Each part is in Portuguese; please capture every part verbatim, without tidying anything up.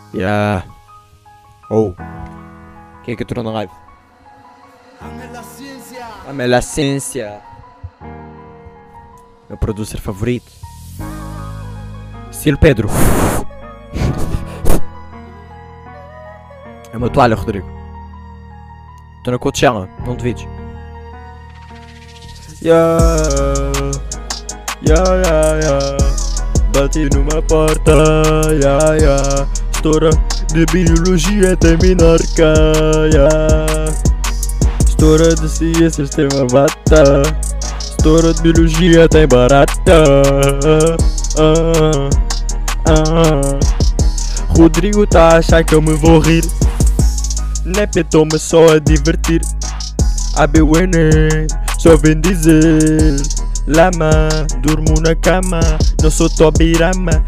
Yeah. Oh. Quem é que entrou na live? Ame la ciência. Meu producer favorito. Estilo Pedro. É uma toalha, Rodrigo. Estou na Coachella, não duvides. Yeah. Yeah, yeah, yeah. Bati numa porta. Yeah, yeah. História de biologia tem minarca. Yeah. História de ciências tem uma bata. História de biologia tem barata. Ah, ah. Rodrigo tá a achar que eu me vou rir. Nep, tô-me só a divertir. A B U N só vem dizer lama, durmo na cama, não sou Tobirama.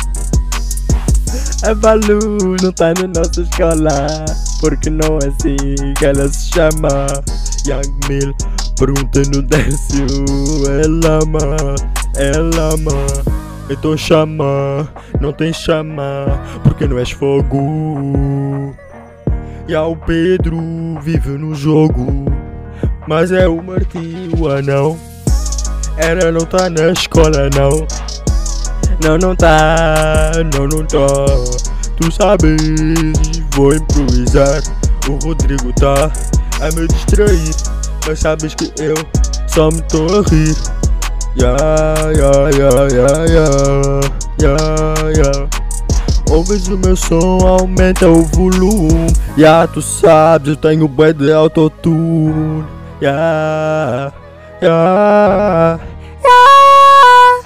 A Balu não tá na nossa escola, porque não é assim que ela se chama. Young Mill pergunta no Décio, é lama, é lama. Então chama, não tem chama, porque não és fogo. E ao Pedro vive no jogo, mas é o Martim o anão. Ela não tá na escola não. Não, não tá, não, não tá. Tu sabes, vou improvisar. O Rodrigo tá a me distrair, mas sabes que eu só me tô a rir. Yeah, yeah, yeah, yeah, yeah, yeah, yeah. Ouves o meu som, aumenta o volume. Yeah, tu sabes, eu tenho bué de autotune. Yeah, yeah, yeah.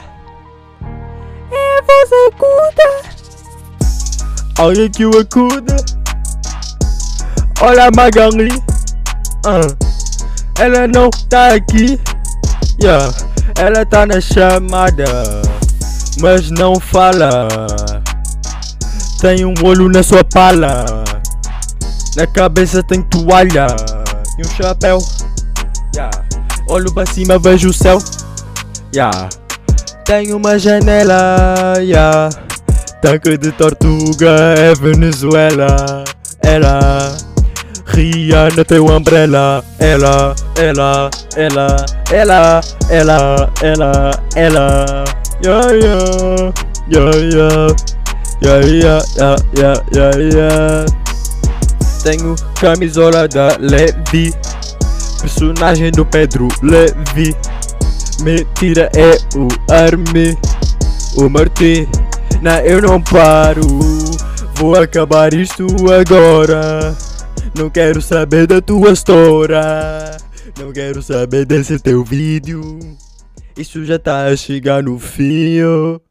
É voz aguda. Alguém que o acuda. Olha a Magali. uh. Ela não tá aqui. Yeah. Ela tá na chamada, mas não fala. Tem um olho na sua pala, na cabeça tem toalha e um chapéu. Yeah. Olho pra cima, vejo o céu. Yeah. Tem uma janela. Yeah. Tanque de tortuga é Venezuela. Ela Rihanna tem uma umbrella. Ela, ela, ela, ela, ela, ela, ela. Yeah, yeah, yeah, yeah. Yeah, yeah, yeah, yeah, yeah, yeah. Tenho camisola da Levi, personagem do Pedro Levi. Mentira é o Army, o Martim. Não, eu não paro. Vou acabar isto agora. Não quero saber da tua história. Não quero saber desse teu vídeo. Isso já tá a chegar no fim.